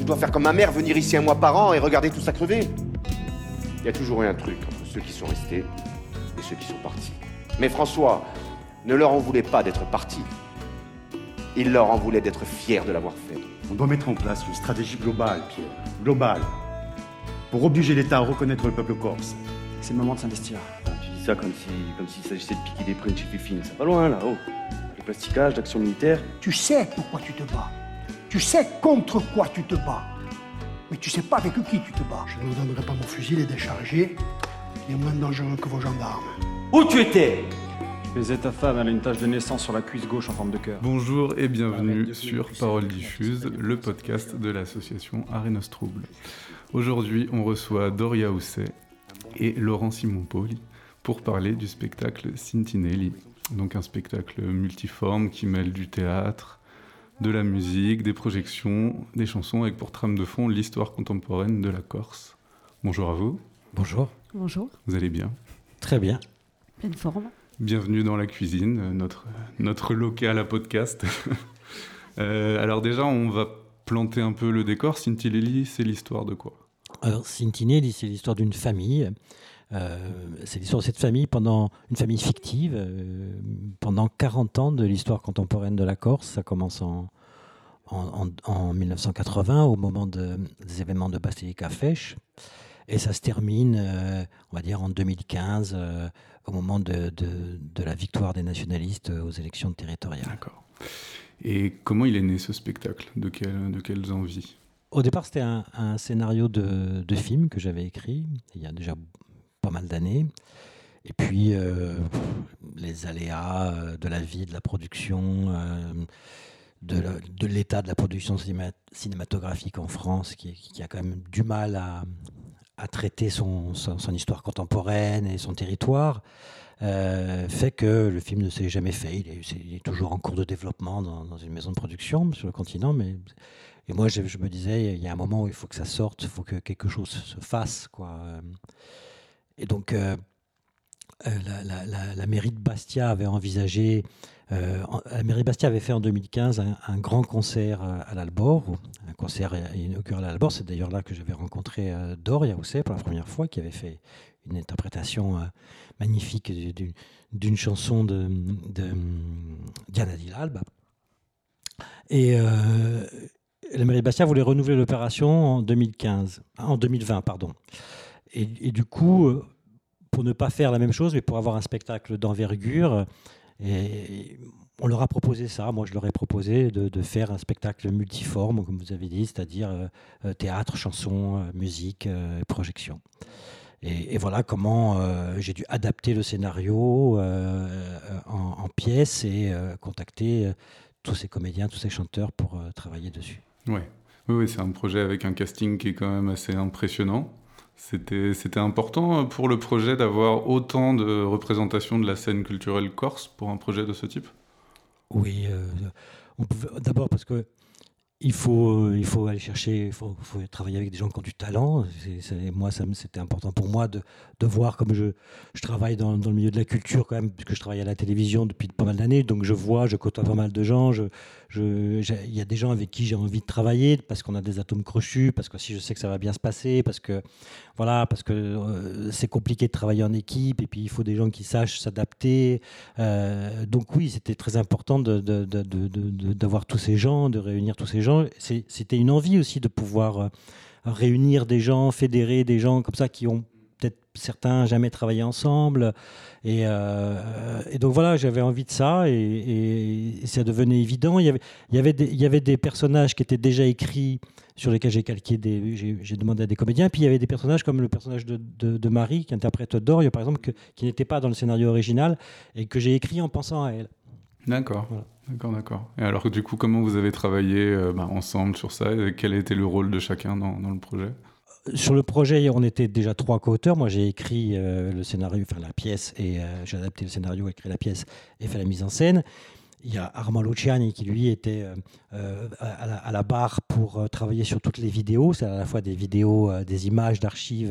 je dois faire comme ma mère, venir ici 1 mois par an et regarder tout ça crever. Il y a toujours eu un truc entre ceux qui sont restés et ceux qui sont partis. Mais François ne leur en voulait pas d'être partis. Il leur en voulait d'être fiers de l'avoir fait. On doit mettre en place une stratégie globale, Pierre. Globale. Pour obliger l'État à reconnaître le peuple corse. C'est le moment de s'investir. Tu dis ça comme s'il s'agissait de piquer des prunes chez Fifine. C'est pas loin, là, oh. Le plasticage, l'action militaire. Tu sais pourquoi tu te bats. Tu sais contre quoi tu te bats. Mais tu sais pas avec qui tu te bats. Je ne vous donnerai pas mon fusil et déchargé. Il est moins dangereux que vos gendarmes. Où tu étais? Je baisais ta femme, elle a une tache de naissance sur la cuisse gauche en forme de cœur. Bonjour et bienvenue sur Parole diffuse, le podcast de l'association Arenos Trouble. Aujourd'hui, on reçoit Doria Housset et Laurent Simon-Pauli pour parler du spectacle Sintinelli. Donc un spectacle multiforme qui mêle du théâtre, de la musique, des projections, des chansons avec pour trame de fond l'histoire contemporaine de la Corse. Bonjour à vous. Bonjour. Bonjour. Vous allez bien? Très bien. Pleine forme. Bienvenue dans la cuisine, notre local à podcast. Alors déjà, on va planter un peu le décor. Sintinelli, c'est l'histoire de quoi? Alors, Sintinelli, c'est l'histoire d'une famille. C'est l'histoire de cette famille, une famille fictive, pendant 40 ans de l'histoire contemporaine de la Corse. Ça commence en 1980, au moment des événements de Basilica Fesch. Et ça se termine, on va dire, en 2015, au moment de la victoire des nationalistes aux élections territoriales. D'accord. Et comment il est né ce spectacle? De quelles envies? Au départ, c'était un scénario de film que j'avais écrit il y a déjà pas mal d'années. Et puis, les aléas de la vie, de la production, de l'état de la production cinématographique en France, qui a quand même du mal à traiter son histoire contemporaine et son territoire, fait que le film ne s'est jamais fait. Il est toujours en cours de développement dans une maison de production sur le continent. Et moi, je me disais, il y a un moment où il faut que ça sorte, il faut que quelque chose se fasse, quoi. Et donc, la mairie de Bastia avait envisagé... la mairie de Bastia avait fait en 2015 un grand concert à l'Albor, un concert inaugural à l'Albor. C'est d'ailleurs là que j'avais rencontré Doria Housset pour la première fois, qui avait fait une interprétation magnifique d'une chanson de Diana Di Lalba. Et la mairie de Bastia voulait renouveler l'opération en 2020, pardon. Et du coup, pour ne pas faire la même chose, mais pour avoir un spectacle d'envergure, on leur a proposé ça. Moi, je leur ai proposé de faire un spectacle multiforme, comme vous avez dit, c'est-à-dire théâtre, chanson, musique, projection. Et voilà comment j'ai dû adapter le scénario en pièces et contacter tous ces comédiens, tous ces chanteurs pour travailler dessus. Ouais. Oui, c'est un projet avec un casting qui est quand même assez impressionnant. C'était important pour le projet d'avoir autant de représentation de la scène culturelle corse pour un projet de ce type? Oui, d'abord parce que il faut aller chercher, il faut travailler avec des gens qui ont du talent. Moi, c'était important pour moi de voir, comme je travaille dans le milieu de la culture quand même, puisque je travaille à la télévision depuis pas mal d'années, donc je côtoie pas mal de gens. Il y a des gens avec qui j'ai envie de travailler parce qu'on a des atomes crochus, parce que si je sais que ça va bien se passer, parce que c'est compliqué de travailler en équipe, et puis il faut des gens qui sachent s'adapter. Donc oui, c'était très important d'avoir tous ces gens, de réunir tous ces gens. C'était une envie aussi de pouvoir réunir des gens, fédérer des gens comme ça qui ont peut-être certains jamais travaillé ensemble. Et donc voilà, j'avais envie de ça et ça devenait évident. Il y avait des personnages qui étaient déjà écrits, sur lesquels j'ai calqué j'ai demandé à des comédiens. Puis il y avait des personnages comme le personnage de Marie, qui interprète Doria, par exemple, qui n'était pas dans le scénario original et que j'ai écrit en pensant à elle. D'accord. Voilà. D'accord. Et alors, du coup, comment vous avez travaillé ensemble sur ça? Et quel était le rôle de chacun dans le projet? Sur le projet, on était déjà 3 co-auteurs. Moi, j'ai écrit le scénario, la pièce, et j'ai adapté le scénario, écrit la pièce et fait la mise en scène. Il y a Armand Luciani qui, lui, était à la barre pour travailler sur toutes les vidéos. C'est à la fois des vidéos, des images d'archives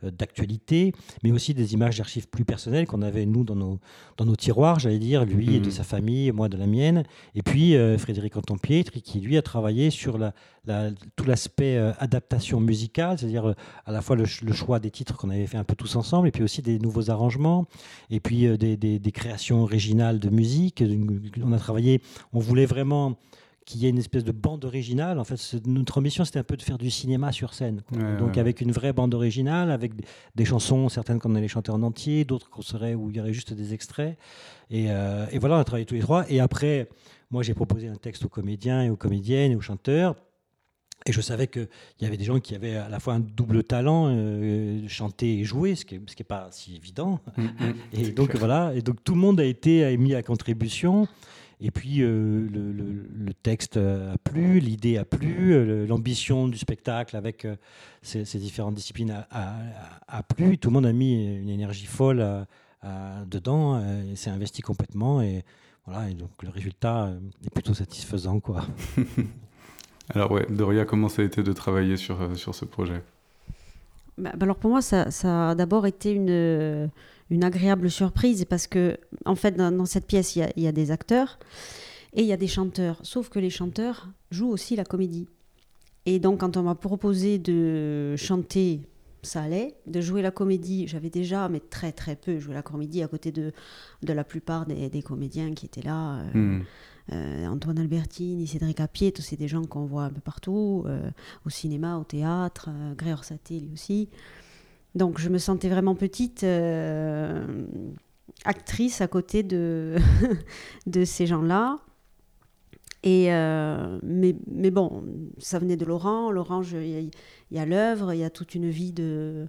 d'actualité, mais aussi des images d'archives plus personnelles qu'on avait, nous, dans nos tiroirs, j'allais dire, lui et de sa famille, moi de la mienne. Et puis Frédéric Anton-Pietri, qui, lui, a travaillé sur tout l'aspect adaptation musicale, c'est-à-dire à la fois le choix des titres qu'on avait fait un peu tous ensemble, et puis aussi des nouveaux arrangements, et puis des créations originales de musique. On a travaillé, on voulait vraiment qu'il y ait une espèce de bande originale. En fait, notre ambition, c'était un peu de faire du cinéma sur scène. Donc, avec une vraie bande originale, avec des chansons, certaines qu'on allait chanter en entier, d'autres où il y aurait juste des extraits. Et voilà, on a travaillé tous les trois. Et après, moi, j'ai proposé un texte aux comédiens et aux comédiennes et aux chanteurs. Et je savais qu'il y avait des gens qui avaient à la fois un double talent, chanter et jouer, ce qui est pas si évident. Et donc, voilà. Et donc, tout le monde a été mis à contribution. Et puis, le texte a plu, l'idée a plu, l'ambition du spectacle avec ces différentes disciplines a plu. Tout le monde a mis une énergie folle dedans et s'est investi complètement. Et voilà, et donc le résultat est plutôt satisfaisant, quoi. Alors ouais, Doria, comment ça a été de travailler sur ce projet ? Alors pour moi, ça a d'abord été une agréable surprise parce que, en fait, dans cette pièce, il y a des acteurs et il y a des chanteurs. Sauf que les chanteurs jouent aussi la comédie. Et donc, quand on m'a proposé de chanter, ça allait. De jouer la comédie, j'avais déjà, mais très très peu, joué la comédie à côté de la plupart des comédiens qui étaient là. Antoine Albertini, Cédric Apiet, tous c'est des gens qu'on voit un peu partout, au cinéma, au théâtre, Gré Orsatté lui aussi. Donc je me sentais vraiment petite actrice à côté de ces gens-là. Et mais bon, ça venait de Laurent. Laurent, il y a l'œuvre, il y a toute une vie de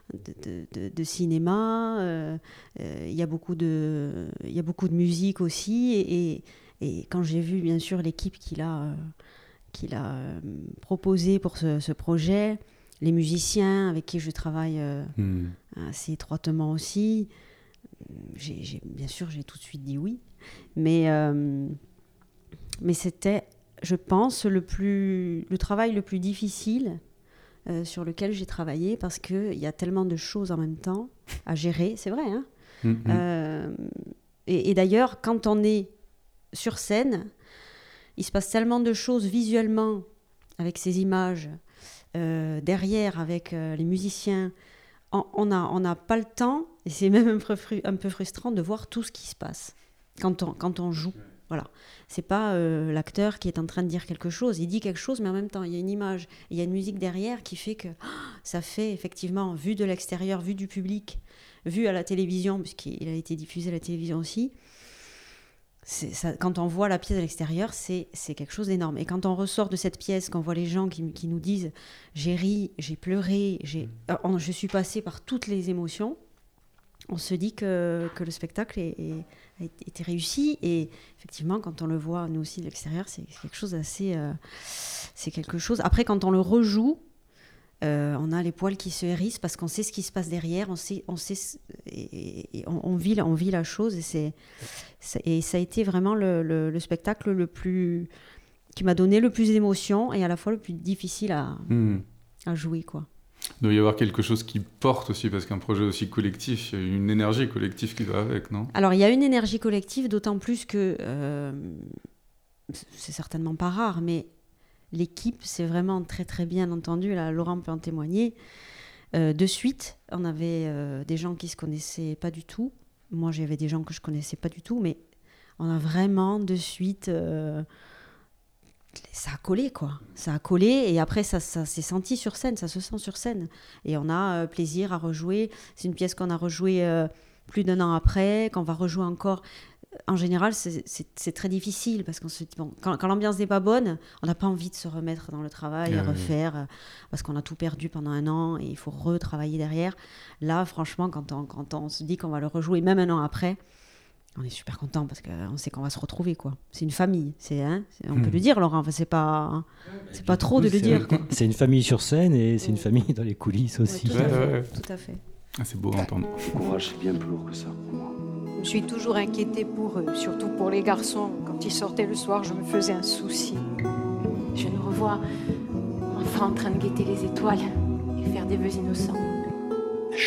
cinéma, il y a beaucoup de musique aussi. Et quand j'ai vu, bien sûr, l'équipe qu'il a proposée pour ce projet, les musiciens avec qui je travaille assez étroitement aussi, bien sûr, j'ai tout de suite dit oui. Mais c'était, je pense, le travail le plus difficile sur lequel j'ai travaillé parce qu'il y a tellement de choses en même temps à gérer. C'est vrai, hein. Et d'ailleurs, quand on est sur scène, il se passe tellement de choses visuellement avec ces images, derrière avec les musiciens. On n'a pas le temps, et c'est même un peu frustrant de voir tout ce qui se passe quand on joue. Voilà. C'est pas l'acteur qui est en train de dire quelque chose. Il dit quelque chose, mais en même temps, il y a une image, il y a une musique derrière qui fait que ça fait effectivement, vu de l'extérieur, vu du public, vu à la télévision, puisqu'il a été diffusé à la télévision aussi, quand on voit la pièce de l'extérieur, c'est quelque chose d'énorme. Et quand on ressort de cette pièce, qu'on voit les gens qui nous disent « j'ai ri, j'ai pleuré, je suis passée par toutes les émotions », on se dit que le spectacle a été réussi. Et effectivement, quand on le voit, nous aussi, de l'extérieur, c'est quelque chose d'assez... c'est quelque chose... Après, quand on le rejoue, on a les poils qui se hérissent parce qu'on sait ce qui se passe derrière, on vit la chose. Et ça a été vraiment le spectacle qui m'a donné le plus d'émotion et à la fois le plus difficile à jouer, quoi. Il doit y avoir quelque chose qui porte aussi, parce qu'un projet aussi collectif, il y a une énergie collective qui va avec, non ? Alors, il y a une énergie collective, d'autant plus que c'est certainement pas rare, mais l'équipe, c'est vraiment très très bien entendu. Là, Laurent peut en témoigner. De suite, on avait des gens qui se connaissaient pas du tout. Moi, j'avais des gens que je connaissais pas du tout, mais on a vraiment de suite... ça a collé, quoi. Ça a collé et après, ça s'est senti sur scène, ça se sent sur scène. Et on a plaisir à rejouer. C'est une pièce qu'on a rejouée plus d'1 an après, qu'on va rejouer encore. En général, c'est très difficile parce qu'on se dit, bon, quand l'ambiance n'est pas bonne, on n'a pas envie de se remettre dans le travail et refaire parce qu'on a tout perdu pendant 1 an et il faut retravailler derrière. Là, franchement, quand on se dit qu'on va le rejouer même 1 an après, on est super content parce qu'on sait qu'on va se retrouver, quoi. C'est une famille, on peut le dire, Laurent. Enfin, c'est pas trop de le dire, quoi. C'est une famille sur scène et c'est une famille dans les coulisses aussi. Ouais, tout à fait. Ah, c'est beau à entendre. Le courage, c'est bien plus lourd que ça pour moi. Je me suis toujours inquiétée pour eux, surtout pour les garçons. Quand ils sortaient le soir, je me faisais un souci. Je nous revois enfin en train de guetter les étoiles et faire des vœux innocents.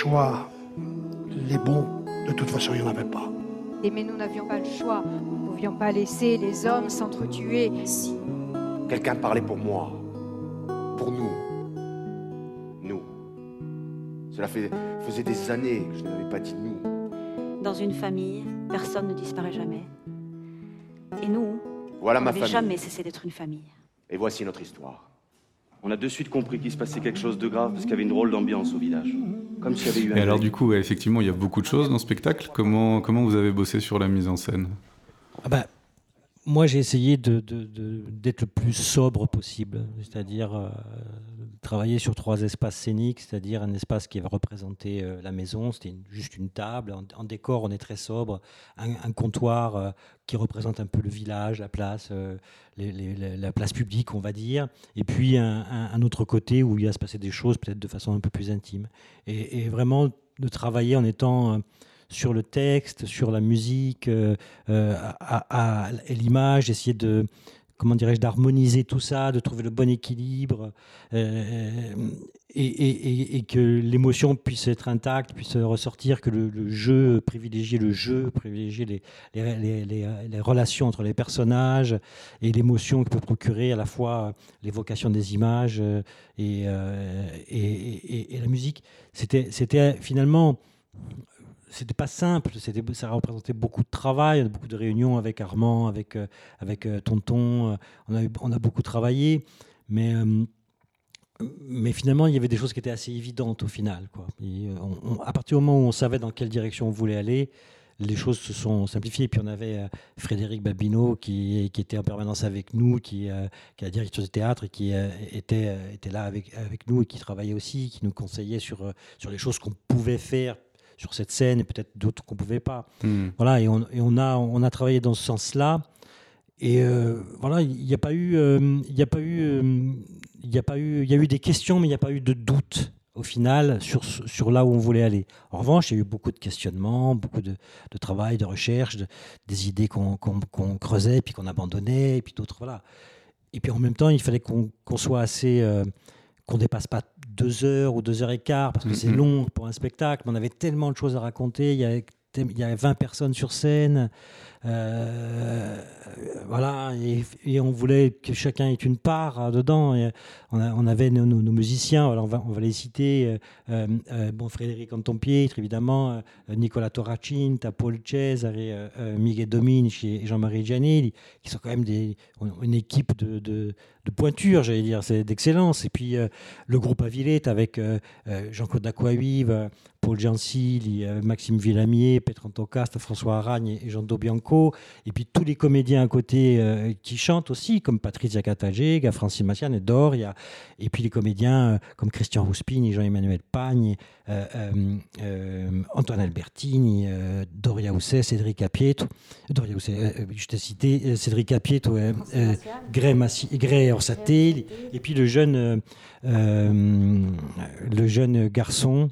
choix, les bons, de toute façon, il n'y en avait pas. Mais nous n'avions pas le choix. Nous ne pouvions pas laisser les hommes s'entretuer. Si. Quelqu'un parlait pour moi. Pour nous. Nous. Cela faisait des années que je n'avais pas dit nous. Dans une famille, personne ne disparaît jamais. Et nous, voilà on ma n'avait famille. jamais cessé d'être une famille. Et voici notre histoire. On a de suite compris qu'il se passait quelque chose de grave parce qu'il y avait une drôle d'ambiance au village. Comme s'il y avait eu un... Et alors du coup, effectivement, il y a beaucoup de choses dans le spectacle. Comment vous avez bossé sur la mise en scène ? Moi, j'ai essayé d'être le plus sobre possible, c'est-à-dire travailler sur 3 espaces scéniques, c'est-à-dire un espace qui va représenter la maison, c'était juste une table, en décor on est très sobre, un comptoir qui représente un peu le village, la place, la place publique on va dire, et puis un autre côté où il va se passer des choses peut-être de façon un peu plus intime. Et vraiment de travailler en étant... sur le texte, sur la musique, à l'image, essayer de, d'harmoniser tout ça, de trouver le bon équilibre, et que l'émotion puisse être intacte, puisse ressortir, que le jeu, privilégier les relations entre les personnages et l'émotion que peut procurer à la fois l'évocation des images et la musique. C'était finalement... C'était pas simple, ça représentait beaucoup de travail, beaucoup de réunions avec Armand, avec Tonton. On a beaucoup travaillé, mais finalement, il y avait des choses qui étaient assez évidentes au final, quoi. Et à partir du moment où on savait dans quelle direction on voulait aller, les choses se sont simplifiées. Et puis on avait Frédéric Babineau qui était en permanence avec nous, qui est la directrice de théâtre et qui était là avec nous et qui travaillait aussi, qui nous conseillait sur les choses qu'on pouvait faire sur cette scène et peut-être d'autres qu'on pouvait pas. Voilà, et on a travaillé dans ce sens-là. Et voilà, il y a eu des questions, mais il n'y a pas eu de doute au final sur là où on voulait aller. En revanche, il y a eu beaucoup de questionnements, beaucoup de travail, de recherche, des idées qu'on creusait puis qu'on abandonnait, et puis d'autres, voilà. Et puis en même temps, il fallait qu'on soit assez, qu'on dépasse pas 2 heures ou 2 heures et quart, parce que c'est long pour un spectacle, mais on avait tellement de choses à raconter, il y avait 20 personnes sur scène, voilà, et on voulait que chacun ait une part dedans. Et on avait nos musiciens, alors on va les citer, Frédéric Anton-Pietre, évidemment, Nicola Torracin, Paul Cesare, Miguel Dominici et Jean-Marie Giannelli, qui sont quand même une équipe de pointure, j'allais dire, c'est d'excellence. Et puis le groupe Avillette avec Jean-Claude Aquavive, Paul Giancilli, Maxime Villamier, Petr Antocasta, François Aragne et Jean Dobianco, et puis tous les comédiens à côté qui chantent aussi, comme Patrizia Catagega, Francine Massian et Doria, et puis les comédiens comme Christian Rouspini, Jean-Emmanuel Pagne, Antoine Albertini, Doria Housset, Cédric Apieto, je t'ai cité Cédric Apieto, Gray Orsatelli, et puis le jeune garçon,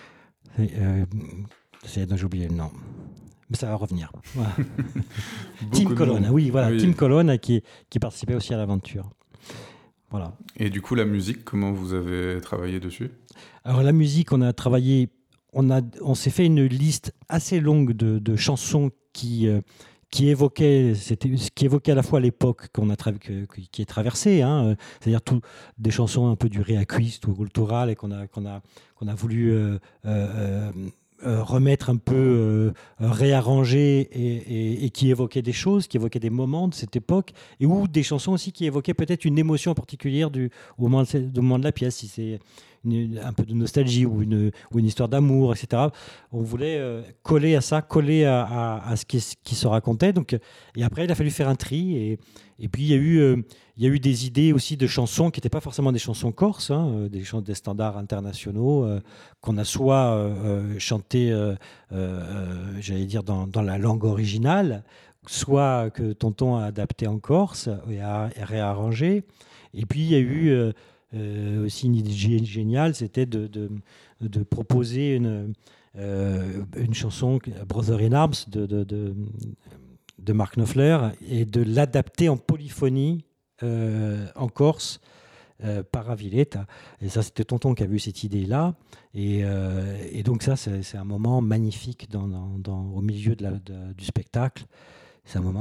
j'ai oublié le nom, mais ça va revenir. Voilà. Tim Colonna, oui, voilà, oui. Tim Colonna qui participait aussi à l'aventure. Voilà. Et du coup, la musique, comment vous avez travaillé dessus ? Alors la musique, on a travaillé, on s'est fait une liste assez longue de chansons qui évoquait à la fois l'époque qui est traversée, hein, c'est-à-dire des chansons un peu du réacquiste ou cultural, et qu'on a voulu remettre un peu, réarranger, et qui évoquaient des choses, qui évoquaient des moments de cette époque, et ou des chansons aussi qui évoquaient peut-être une émotion particulière au moment de la pièce, si c'est un peu de nostalgie ou une histoire d'amour, etc. On voulait coller à ça, coller à ce qui se racontait. Donc, et après, il a fallu faire un tri. Et puis, il y a eu des idées aussi de chansons qui n'étaient pas forcément des chansons corses, hein, des standards internationaux qu'on a soit chantés, j'allais dire, dans la langue originale, soit que Tonton a adapté en corse et a réarrangé. Et puis, il y a eu... aussi une idée géniale, c'était de proposer une chanson Brother in Arms de Mark Knopfler, et de l'adapter en polyphonie en corse, par Aviletta. Et ça, c'était Tonton qui a vu cette idée-là. Et donc ça, c'est un moment magnifique au milieu du spectacle. C'est un moment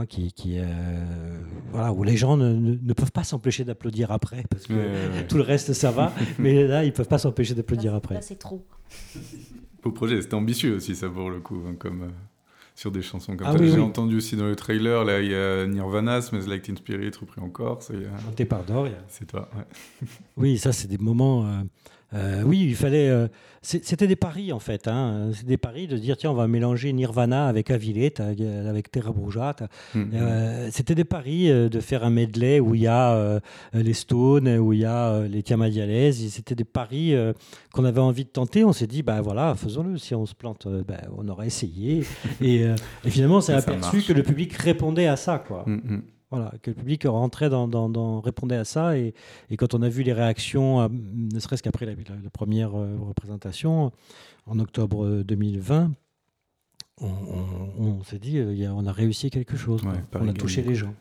où les gens ne peuvent pas s'empêcher d'applaudir après, parce que tout le reste, ça va. Mais là, ils ne peuvent pas s'empêcher d'applaudir après. Là, c'est trop. Beau projet, c'était ambitieux aussi, ça, pour le coup, comme sur des chansons comme ça. Oui, J'ai entendu aussi dans le trailer, là, il y a Nirvana, Smells Like Teen Spirit, repris en Corse. Chanté par Doria. C'est toi, ouais. Oui, ça, c'est des moments... il fallait... c'était des paris, en fait. C'est des paris de dire, tiens, on va mélanger Nirvana avec Aviletta, avec Terra Bruciata. C'était des paris de faire un medley où il y a les Stones, où il y a les Chiama Dialese. C'était des paris qu'on avait envie de tenter. On s'est dit, voilà, faisons-le. Si on se plante, on aura essayé. Et finalement, on s'est aperçu que le public répondait à ça, quoi. Voilà, que le public rentrait répondait à ça, et quand on a vu les réactions, ne serait-ce qu'après la première représentation en octobre 2020, on s'est dit on a réussi quelque chose, on a touché les gens.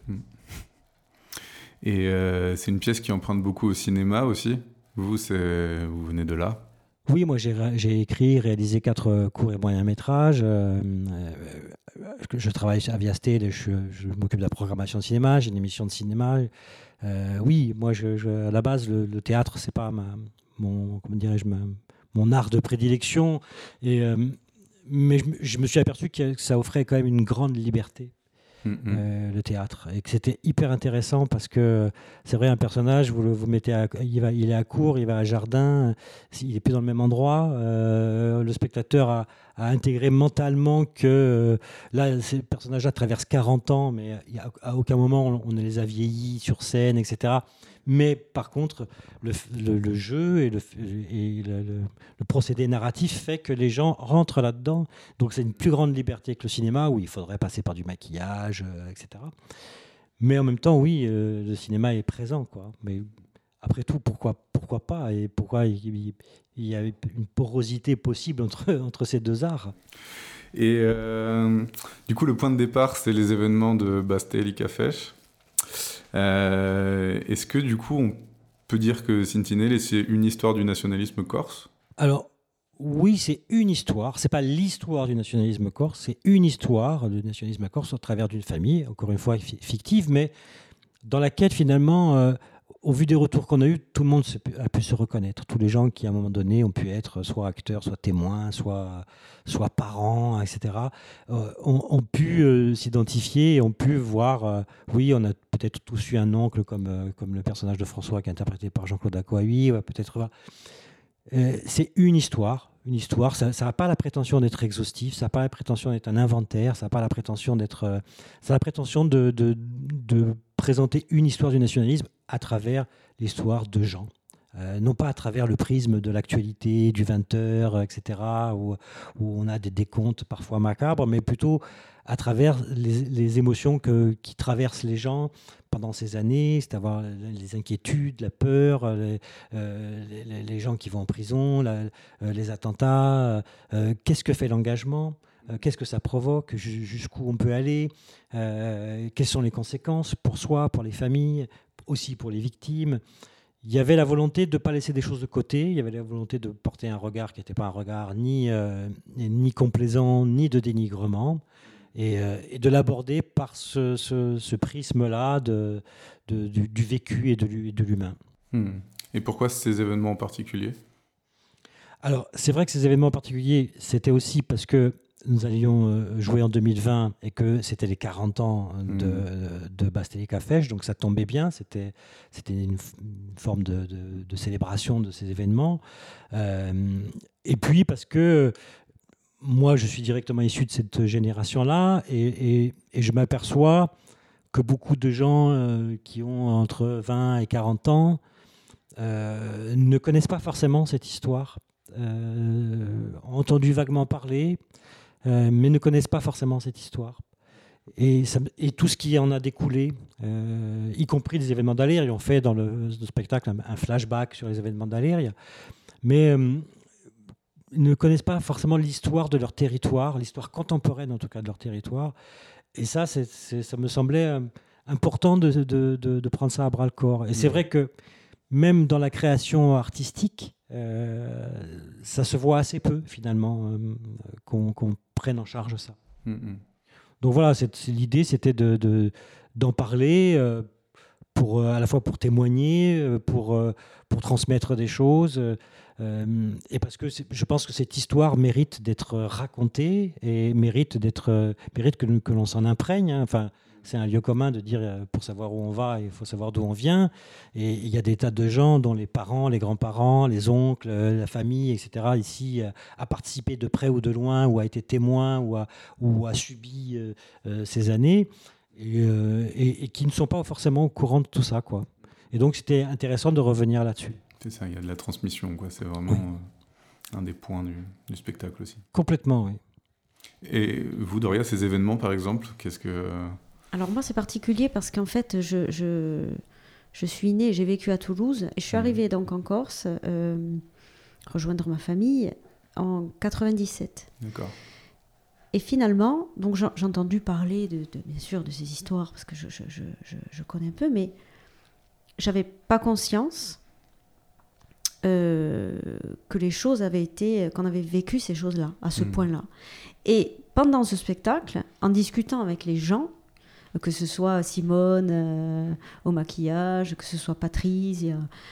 Et c'est une pièce qui emprunte beaucoup au cinéma aussi. Vous venez de là? Oui, moi j'ai écrit, réalisé 4 courts et moyens métrages. Je travaille à Viasté, je m'occupe de la programmation de cinéma, j'ai une émission de cinéma. Oui, moi à la base, le théâtre, c'est pas mon art de prédilection. Mais je me suis aperçu que ça offrait quand même une grande liberté. Le théâtre, et que c'était hyper intéressant, parce que c'est vrai, un personnage, vous mettez il est à Cours, il va à Jardin, il n'est plus dans le même endroit, le spectateur a intégré mentalement que là, ces personnages-là traversent 40 ans, mais à aucun moment on ne les a vieillis sur scène, etc. Mais par contre, le jeu et le procédé narratif fait que les gens rentrent là-dedans. Donc c'est une plus grande liberté que le cinéma, où il faudrait passer par du maquillage, etc. Mais en même temps, oui, le cinéma est présent, quoi. Mais après tout, pourquoi pas, et pourquoi il y a une porosité possible entre ces deux arts. Et du coup, le point de départ, c'est les événements de Bastelica Fesch. Est-ce que du coup on peut dire que Sentinelle, c'est une histoire du nationalisme corse? Alors oui, c'est une histoire, c'est pas l'histoire du nationalisme corse, c'est une histoire du nationalisme corse au travers d'une famille, encore une fois fictive, mais dans laquelle finalement, au vu des retours qu'on a eus, tout le monde a pu se reconnaître. Tous les gens qui à un moment donné ont pu être soit acteurs, soit témoins, soit parents, etc., ont pu s'identifier, ont pu voir, oui, on a peut-être tous eu un oncle comme le personnage de François qui est interprété par Jean-Claude Acquahuit, peut-être. C'est une histoire, ça n'a pas la prétention d'être exhaustif, ça n'a pas la prétention d'être un inventaire, ça n'a pas la prétention d'être... ça a la prétention de présenter une histoire du nationalisme à travers l'histoire de gens. Non pas à travers le prisme de l'actualité, du 20h, etc., où on a des décomptes parfois macabres, mais plutôt à travers les émotions qui traversent les gens pendant ces années, c'est-à-dire les inquiétudes, la peur, les gens qui vont en prison, les attentats, qu'est-ce que fait l'engagement, qu'est-ce que ça provoque, jusqu'où on peut aller, quelles sont les conséquences pour soi, pour les familles, aussi pour les victimes. Il y avait la volonté de ne pas laisser des choses de côté, il y avait la volonté de porter un regard qui n'était pas un regard ni complaisant, ni de dénigrement, et de l'aborder par ce prisme-là du vécu et de l'humain. Et pourquoi ces événements en particulier ? Alors, c'est vrai que ces événements en particulier, c'était aussi parce que nous allions jouer en 2020 et que c'était les 40 ans de Bastelica Fesch, donc ça tombait bien, c'était une forme de célébration de ces événements. Et puis parce que moi, je suis directement issu de cette génération-là, et je m'aperçois que beaucoup de gens qui ont entre 20 et 40 ans ne connaissent pas forcément cette histoire, ont entendu vaguement parler, mais ne connaissent pas forcément cette histoire. Et tout ce qui en a découlé, y compris les événements d'Aléria, ils ont fait dans le spectacle un flashback sur les événements d'Aléria, mais ils ne connaissent pas forcément l'histoire de leur territoire, l'histoire contemporaine en tout cas de leur territoire. Et ça, ça me semblait important de prendre ça à bras-le-corps. Et c'est vrai que même dans la création artistique, ça se voit assez peu finalement qu'on prenne en charge ça. Donc voilà, l'idée c'était d'en parler à la fois pour témoigner, pour transmettre des choses, et parce que je pense que cette histoire mérite d'être racontée et mérite que l'on s'en imprègne. Hein. Enfin, c'est un lieu commun de dire pour savoir où on va, il faut savoir d'où on vient. Et il y a des tas de gens dont les parents, les grands-parents, les oncles, la famille, etc., ici, a participé de près ou de loin, ou a été témoin, ou a subi ces années, et qui ne sont pas forcément au courant de tout ça, quoi. Et donc, c'était intéressant de revenir là-dessus. C'est ça, il y a de la transmission, quoi. C'est vraiment un des points du spectacle aussi. Complètement, oui. Et vous, Doria, ces événements, par exemple, qu'est-ce que... Alors moi, c'est particulier parce qu'en fait, je suis née, j'ai vécu à Toulouse et je suis arrivée donc en Corse, rejoindre ma famille en 97. D'accord. Et finalement, donc j'ai entendu parler bien sûr de ces histoires parce que je connais un peu, mais j'avais pas conscience que les choses avaient été, qu'on avait vécu ces choses-là à ce point-là. Et pendant ce spectacle, en discutant avec les gens, que ce soit Simone au maquillage, que ce soit Patrice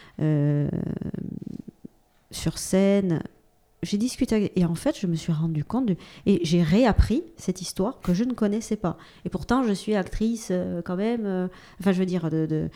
sur scène, j'ai discuté et en fait je me suis rendu compte et j'ai réappris cette histoire que je ne connaissais pas. Et pourtant je suis actrice quand même, enfin je veux dire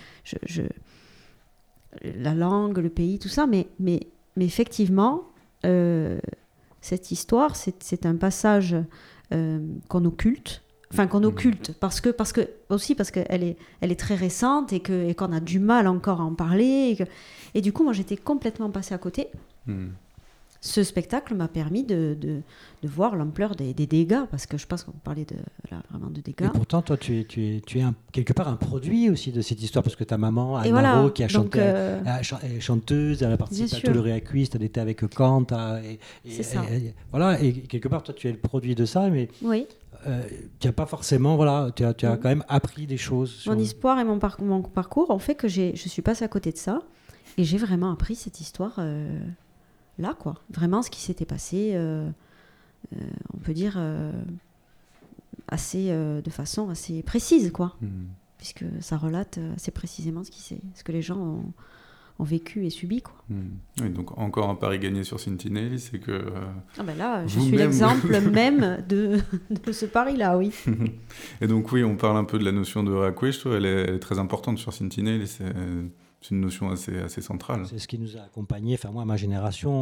la langue, le pays, tout ça, mais effectivement cette histoire c'est un passage qu'on occulte. Enfin, qu'on occulte, parce que elle est très récente et qu'on a du mal encore à en parler. Et du coup, moi, j'étais complètement passée à côté. Ce spectacle m'a permis de voir l'ampleur des dégâts, parce que je pense qu'on parlait vraiment de dégâts. Et pourtant, toi, tu es quelque part un produit aussi de cette histoire, parce que ta maman, Anne voilà, Marot, qui a chanté, elle est chanteuse, elle a participé à Toléré à Cuiste, elle était avec Kant. C'est ça. Voilà, et quelque part, toi, tu es le produit de ça, mais... Oui. Tu n'as pas forcément, voilà, tu as quand même appris des choses. Mon histoire et mon parcours ont fait que je suis passée à côté de ça et j'ai vraiment appris cette histoire là, quoi. Vraiment ce qui s'était passé, on peut dire de façon assez précise, quoi, puisque ça relate assez précisément ce que les gens ont vécu et subi, quoi. Oui, donc encore un pari gagné sur Sentinelle, c'est que... là, je suis l'exemple même de ce pari-là, oui. Et donc oui, on parle un peu de la notion de reaquest, elle est très importante sur Sentinelle, et c'est une notion assez centrale. C'est ce qui nous a accompagnés, enfin moi, ma génération,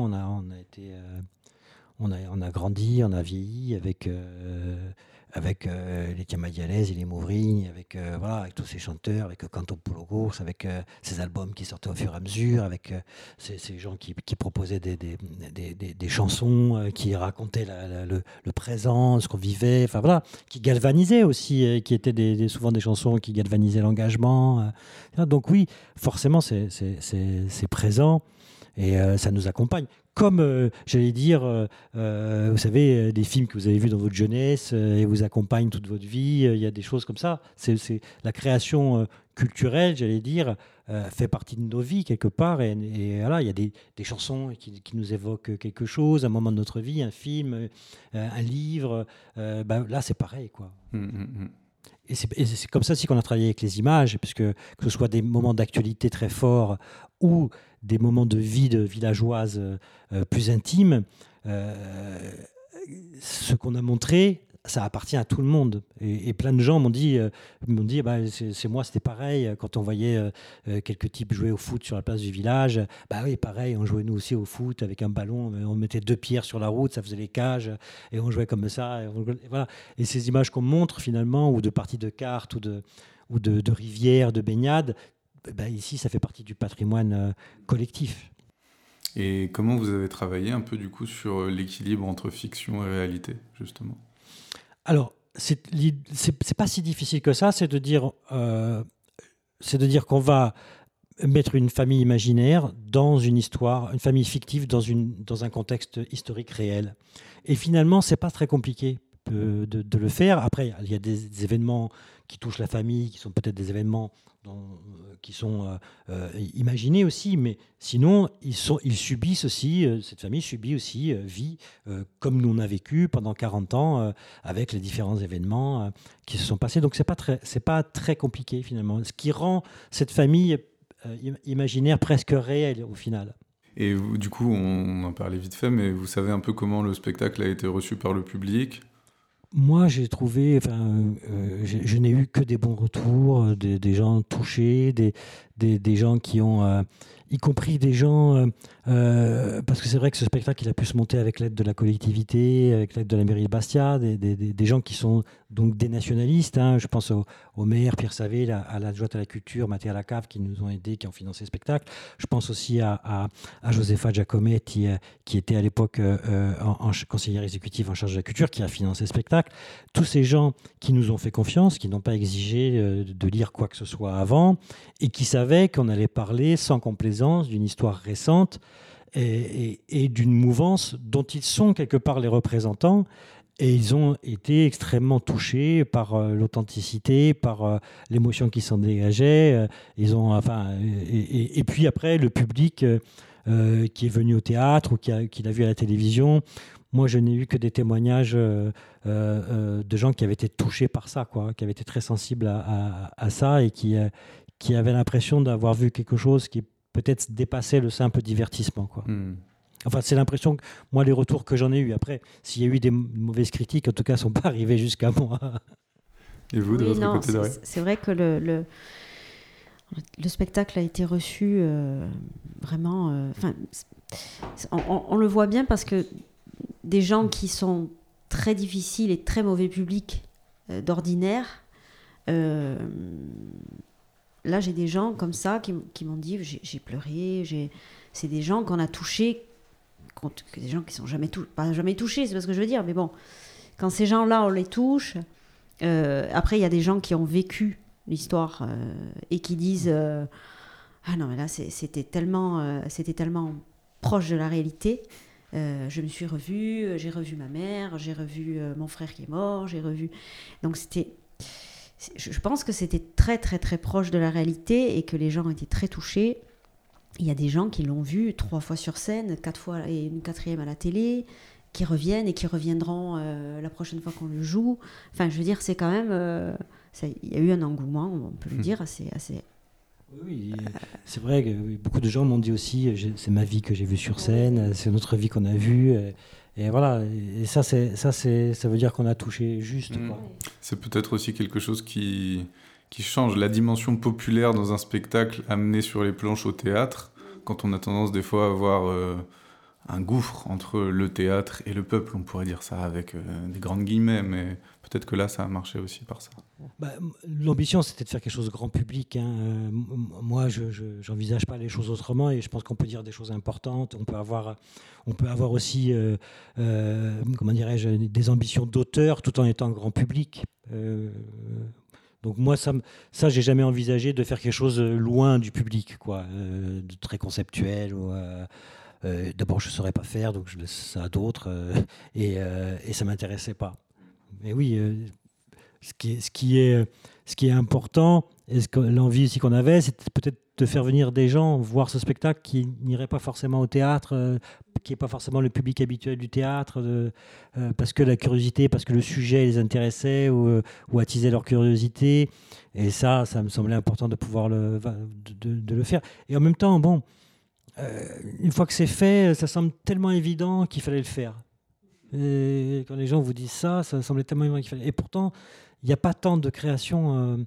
on a grandi, on a vieilli avec les Camadialès et les Mouvrignes, avec tous ces chanteurs, avec Canto Pologours, avec ces albums qui sortaient au fur et à mesure, avec ces gens qui proposaient des chansons, qui racontaient le présent, ce qu'on vivait, enfin voilà, qui galvanisaient aussi, qui étaient souvent des chansons qui galvanisaient l'engagement. Donc oui, forcément, c'est présent et ça nous accompagne. Comme, j'allais dire, vous savez, des films que vous avez vus dans votre jeunesse et vous accompagnent toute votre vie, il y a des choses comme ça. C'est la création culturelle, j'allais dire, fait partie de nos vies quelque part. Et voilà, il y a des chansons qui nous évoquent quelque chose, un moment de notre vie, un film, un livre. Là, c'est pareil, quoi. Et c'est comme ça aussi qu'on a travaillé avec les images, puisque que ce soit des moments d'actualité très forts ou des moments de vie de villageoise plus intimes, ce qu'on a montré, ça appartient à tout le monde. Et plein de gens m'ont dit c'est moi, c'était pareil. Quand on voyait quelques types jouer au foot sur la place du village, oui, pareil, on jouait nous aussi au foot avec un ballon, on mettait 2 pierres sur la route, ça faisait les cages, et on jouait comme ça. Et voilà. Et ces images qu'on montre finalement, ou de parties de cartes, ou de rivières, de baignades, ici, ça fait partie du patrimoine collectif. Et comment vous avez travaillé un peu du coup sur l'équilibre entre fiction et réalité, justement ? Alors, c'est pas si difficile que ça, c'est de dire qu'on va mettre une famille imaginaire dans une histoire, une famille fictive dans un contexte historique réel. Et finalement, c'est pas très compliqué de le faire. Après, il y a des événements qui touchent la famille, qui sont peut-être des événements imaginés aussi, mais sinon, ils subissent aussi, cette famille subit aussi, vit comme nous on a vécu pendant 40 ans, avec les différents événements qui se sont passés. Donc, c'est pas très compliqué, finalement. Ce qui rend cette famille imaginaire presque réelle, au final. Et vous, du coup, on en parlait vite fait, mais vous savez un peu comment le spectacle a été reçu par le public ? Moi, j'ai trouvé, je n'ai eu que des bons retours, des gens touchés, des gens qui ont, y compris des gens, parce que c'est vrai que ce spectacle, il a pu se monter avec l'aide de la collectivité, avec l'aide de la mairie de Bastia, des gens qui sont donc des nationalistes. Hein. Je pense au maire Pierre Savé, à l'adjointe à la culture, Mathieu Lacave, qui nous ont aidés, qui ont financé le spectacle. Je pense aussi à Josefa Giacomet, qui était à l'époque conseillère exécutive en charge de la culture, qui a financé le spectacle. Tous ces gens qui nous ont fait confiance, qui n'ont pas exigé de lire quoi que ce soit avant, et qui savaient qu'on allait parler sans complaisance d'une histoire récente et d'une mouvance dont ils sont quelque part les représentants. Et ils ont été extrêmement touchés par l'authenticité, par l'émotion qui s'en dégageait. Et puis après, le public qui est venu au théâtre ou qui l'a vu à la télévision. Moi, je n'ai eu que des témoignages de gens qui avaient été touchés par ça, quoi, qui avaient été très sensibles à ça et qui avaient l'impression d'avoir vu quelque chose qui peut-être dépassait le simple divertissement, quoi. Enfin, c'est l'impression que moi, les retours que j'en ai eus. Après, s'il y a eu des mauvaises critiques, en tout cas, ne sont pas arrivées jusqu'à moi. Et vous, de votre côté, Doria ? C'est vrai que le spectacle a été reçu vraiment... on le voit bien parce que des gens qui sont très difficiles et très mauvais public d'ordinaire... Là, j'ai des gens comme ça qui m'ont dit j'ai pleuré. C'est des gens qu'on a touchés, des gens qui sont pas jamais touchés, c'est pas ce que je veux dire, mais bon, quand ces gens-là, on les touche. Après, il y a des gens qui ont vécu l'histoire et qui disent ah non, mais là, c'était tellement proche de la réalité. Je me suis revue, j'ai revu ma mère, j'ai revu mon frère qui est mort, j'ai revu. Donc, je pense que c'était très très très proche de la réalité et que les gens étaient très touchés. Il y a des gens qui l'ont vu 3 fois sur scène, 4 fois et une 4e à la télé, qui reviennent et qui reviendront la prochaine fois qu'on le joue. Enfin, je veux dire, c'est quand même... il y a eu un engouement, on peut le dire, assez... Oui, c'est vrai que beaucoup de gens m'ont dit aussi c'est ma vie que j'ai vue sur scène, c'est notre vie qu'on a vue. Et voilà, et ça veut dire qu'on a touché juste. Quoi. C'est peut-être aussi quelque chose qui change la dimension populaire dans un spectacle amené sur les planches au théâtre, quand on a tendance des fois à avoir un gouffre entre le théâtre et le peuple, on pourrait dire ça avec des grandes guillemets, mais peut-être que là ça a marché aussi par ça. L'ambition, c'était de faire quelque chose de grand public. Hein. Moi, je n'envisage pas les choses autrement et je pense qu'on peut dire des choses importantes. On peut avoir aussi, comment dirais-je, des ambitions d'auteur tout en étant grand public. Donc moi, ça, j'ai jamais envisagé de faire quelque chose loin du public, quoi, de très conceptuel. D'abord, je ne saurais pas faire, donc je laisse ça à d'autres et ça ne m'intéressait pas. Mais oui, ce qui est important, et l'envie aussi qu'on avait, c'était peut-être de faire venir des gens voir ce spectacle qui n'iraient pas forcément au théâtre, qui n'est pas forcément le public habituel du théâtre, parce que la curiosité, parce que le sujet les intéressait ou attisait leur curiosité. Et ça me semblait important de pouvoir de le faire. Et en même temps, bon, une fois que c'est fait, ça semble tellement évident qu'il fallait le faire. Et quand les gens vous disent ça semblait tellement évident qu'il fallait. Et pourtant, il n'y a pas tant de créations,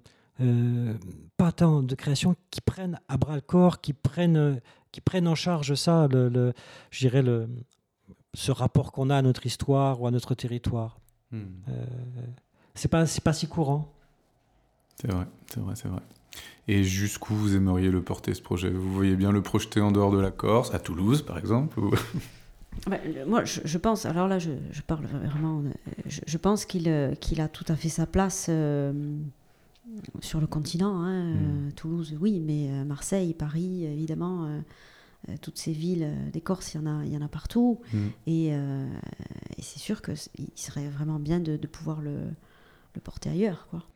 qui prennent à bras le corps, qui prennent en charge ça, je dirais ce rapport qu'on a à notre histoire ou à notre territoire. C'est pas si courant. C'est vrai. Et jusqu'où vous aimeriez le porter, ce projet ? Vous voyez bien le projeter en dehors de la Corse, à Toulouse par exemple ou... Moi, je pense, alors là, je parle vraiment, je pense qu'il a tout à fait sa place sur le continent. Toulouse, oui, mais Marseille, Paris, évidemment, toutes ces villes des Corses, il y en a partout. Et c'est sûr qu'il serait vraiment bien de pouvoir le porter ailleurs, quoi.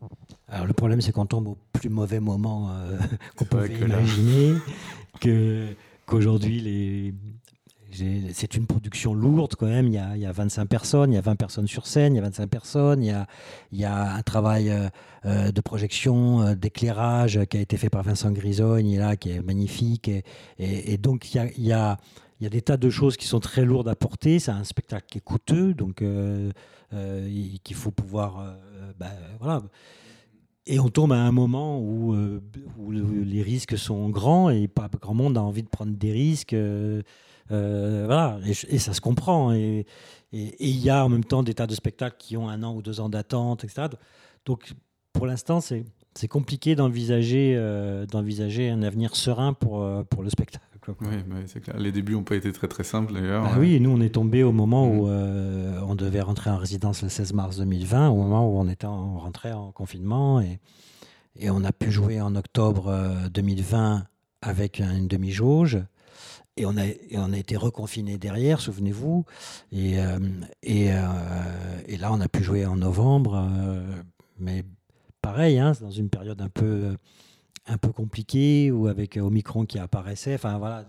Alors le problème, c'est qu'on tombe au plus mauvais moment qu'on pouvait imaginer, qu'aujourd'hui, c'est une production lourde quand même. Il y a 25 personnes, il y a 20 personnes sur scène, il y a 25 personnes, il y a un travail de projection, d'éclairage qui a été fait par Vincent Grisogne, là, qui est magnifique. Et donc il y a des tas de choses qui sont très lourdes à porter. C'est un spectacle qui est coûteux, donc qu'il faut pouvoir... voilà. Et on tombe à un moment où les risques sont grands et pas grand monde a envie de prendre des risques. Voilà, et ça se comprend. Et il y a en même temps des tas de spectacles qui ont 1 an ou 2 ans d'attente, etc. Donc pour l'instant, c'est compliqué d'envisager un avenir serein pour le spectacle. Oui, c'est clair. Les débuts n'ont pas été très très simples d'ailleurs. Oui, nous on est tombé au moment où on devait rentrer en résidence le 16 mars 2020, au moment où on rentrait en confinement, et on a pu jouer en octobre 2020 avec une demi-jauge. Et on a été reconfinés derrière, souvenez-vous. Et là, on a pu jouer en novembre. Mais pareil, c'est dans une période un peu compliquée, ou avec Omicron qui apparaissait. Enfin, voilà.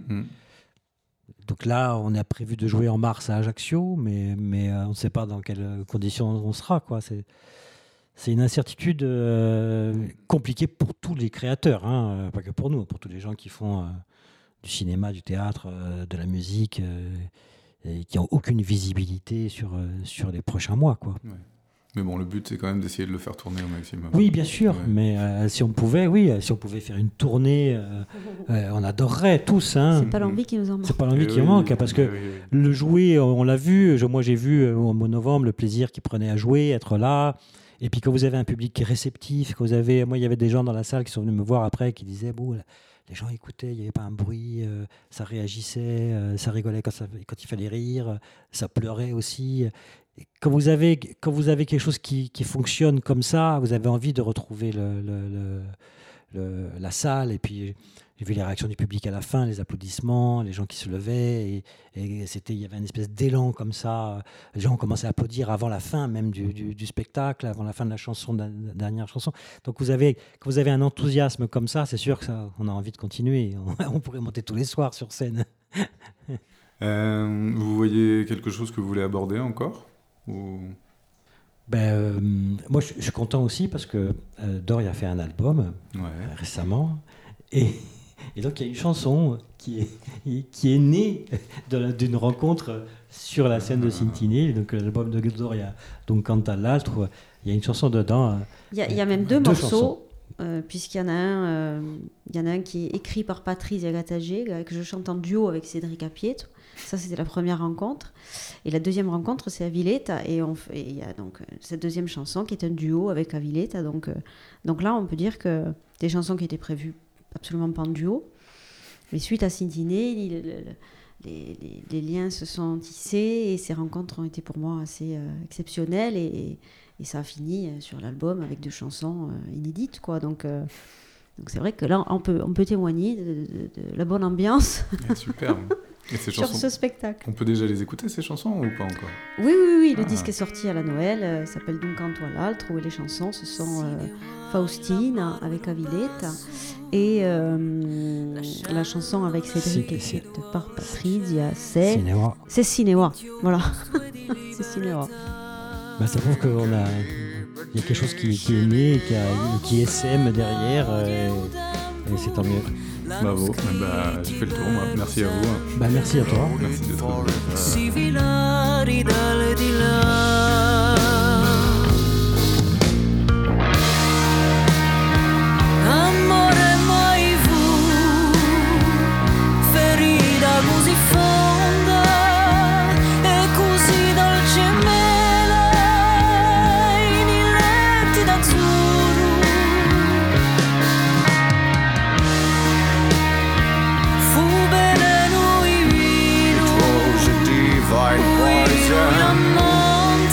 Donc là, on a prévu de jouer en mars à Ajaccio, mais on ne sait pas dans quelles conditions on sera, quoi. C'est une incertitude compliquée pour tous les créateurs, pas que pour nous, pour tous les gens qui font... du cinéma, du théâtre, de la musique, et qui n'ont aucune visibilité sur les prochains mois, quoi. Ouais. Mais bon, le but, c'est quand même d'essayer de le faire tourner au maximum. Oui, bien sûr, ouais. Mais si on pouvait faire une tournée, on adorerait tous. C'est pas l'envie qui nous en manque. C'est pas l'envie qui nous manque, parce que le jouer, on l'a vu, moi j'ai vu au mois de novembre le plaisir qu'il prenait à jouer, être là. Et puis quand vous avez un public qui est réceptif, moi il y avait des gens dans la salle qui sont venus me voir après qui disaient les gens écoutaient, il n'y avait pas un bruit, ça réagissait, ça rigolait quand il fallait rire, ça pleurait aussi. Et quand vous avez quelque chose qui fonctionne comme ça, vous avez envie de retrouver la salle. Et puis j'ai vu les réactions du public à la fin, les applaudissements, les gens qui se levaient, et il y avait une espèce d'élan comme ça. Les gens ont commencé à applaudir avant la fin même du spectacle, avant la fin de la dernière chanson. Donc quand vous avez un enthousiasme comme ça, c'est sûr que on a envie de continuer. On pourrait monter tous les soirs sur scène. Vous voyez quelque chose que vous voulez aborder encore ou... Moi je suis content aussi parce que Doria a fait un album récemment, et donc il y a une chanson qui est née d'une rencontre sur la scène de Cintiné, donc l'album de Doria, donc Quant à l'altre, il y a une chanson dedans. Il y a même deux morceaux, puisqu'il y en a un qui est écrit par Patrice Yagatagé, que je chante en duo avec Cédric Apieto. Ça, c'était la première rencontre. Et la deuxième rencontre, c'est Aviletta. Et il y a donc cette deuxième chanson qui est un duo avec Aviletta. Donc là, on peut dire que des chansons qui étaient prévues absolument pas en duo. Mais suite à Cintiné, les liens se sont tissés et ces rencontres ont été pour moi assez exceptionnelles. Et ça a fini sur l'album avec 2 chansons inédites, quoi. Donc c'est vrai que là, on peut témoigner de la bonne ambiance. Super. Et ces sur chansons, ce spectacle. On peut déjà les écouter, ces chansons, ou pas encore ? Oui. Le disque est sorti à la Noël, s'appelle Donc Quand toi l'altre, où les chansons, ce sont Faustine avec Aviletta et la chanson avec Cédric écrite par Patrizia, c'est Cinéwa. Voilà. C'est Cinéwa. Ça prouve qu'il y a quelque chose qui est né, qui sème derrière, et c'est tant mieux. Bravo, j'ai fait le tour, moi. Merci à vous. Merci à toi. Merci d'être Divine poison.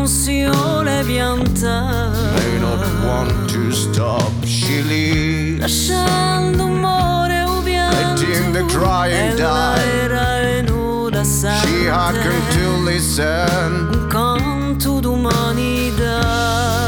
emozione pianta. May not want to stop, she leaves, lasciando un amore pianto. letting the crying die. Era nuda assente, she had come to listen, un canto d'umanità.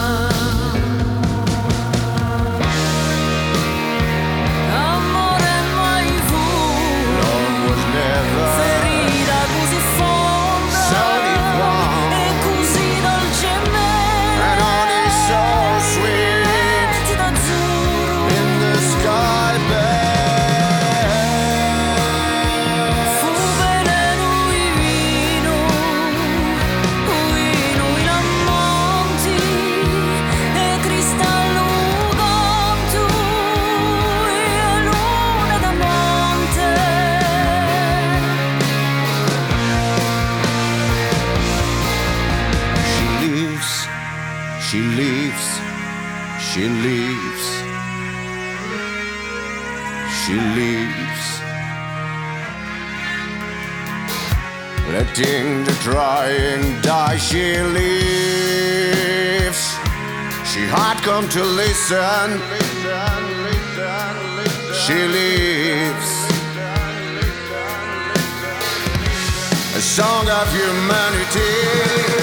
She leaves, she leaves, she leaves, letting the crying die. She leaves, she had come to listen, she leaves, a song of humanity.